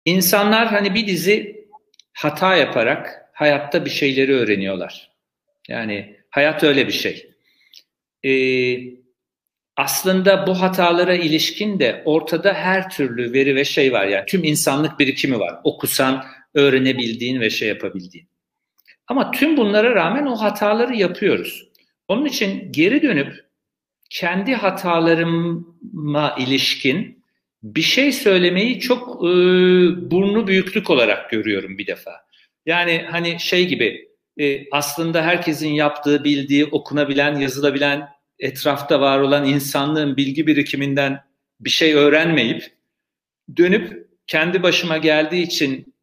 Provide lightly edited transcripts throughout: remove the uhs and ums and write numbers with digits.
İnsanlar hani bir dizi hata yaparak hayatta bir şeyleri öğreniyorlar. Yani hayat öyle bir şey. Ee, Aslında bu hatalara ilişkin de ortada her türlü veri ve şey var. Yani tüm insanlık birikimi var. Okusan öğrenebildiğin ve şey yapabildiğin. Ama tüm bunlara rağmen o hataları yapıyoruz. Onun için geri dönüp kendi hatalarıma ilişkin bir şey söylemeyi çok burnu büyüklük olarak görüyorum bir defa. Yani hani şey gibi aslında herkesin yaptığı, bildiği, okunabilen, yazılabilen, etrafta var olan insanlığın bilgi birikiminden bir şey öğrenmeyip dönüp kendi başıma geldiği için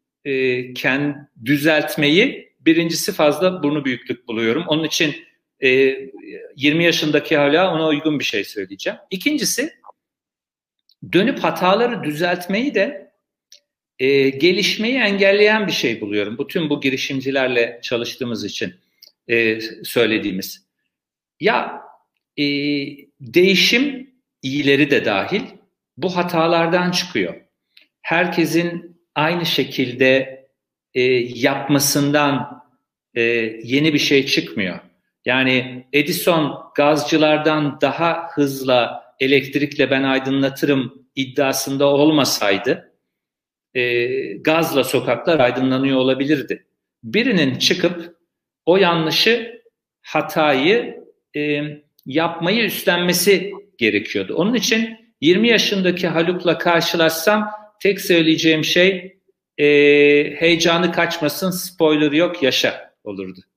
düzeltmeyi birincisi fazla burnu büyüklük buluyorum. Onun için 20 yaşındaki hala ona uygun bir şey söyleyeceğim. İkincisi dönüp hataları düzeltmeyi de gelişmeyi engelleyen bir şey buluyorum. Bütün bu girişimcilerle çalıştığımız için söylediğimiz. Ya değişim iyileri de dahil bu hatalardan çıkıyor. Herkesin aynı şekilde yapmasından yeni bir şey çıkmıyor. Yani Edison gazcılardan daha hızla elektrikle ben aydınlatırım iddiasında olmasaydı gazla sokaklar aydınlanıyor olabilirdi. Birinin çıkıp o yanlışı, hatayı yapmayı üstlenmesi gerekiyordu. Onun için 20 yaşındaki Haluk'la karşılaşsam tek söyleyeceğim şey heyecanı kaçmasın, spoiler yok, yaşa olurdu.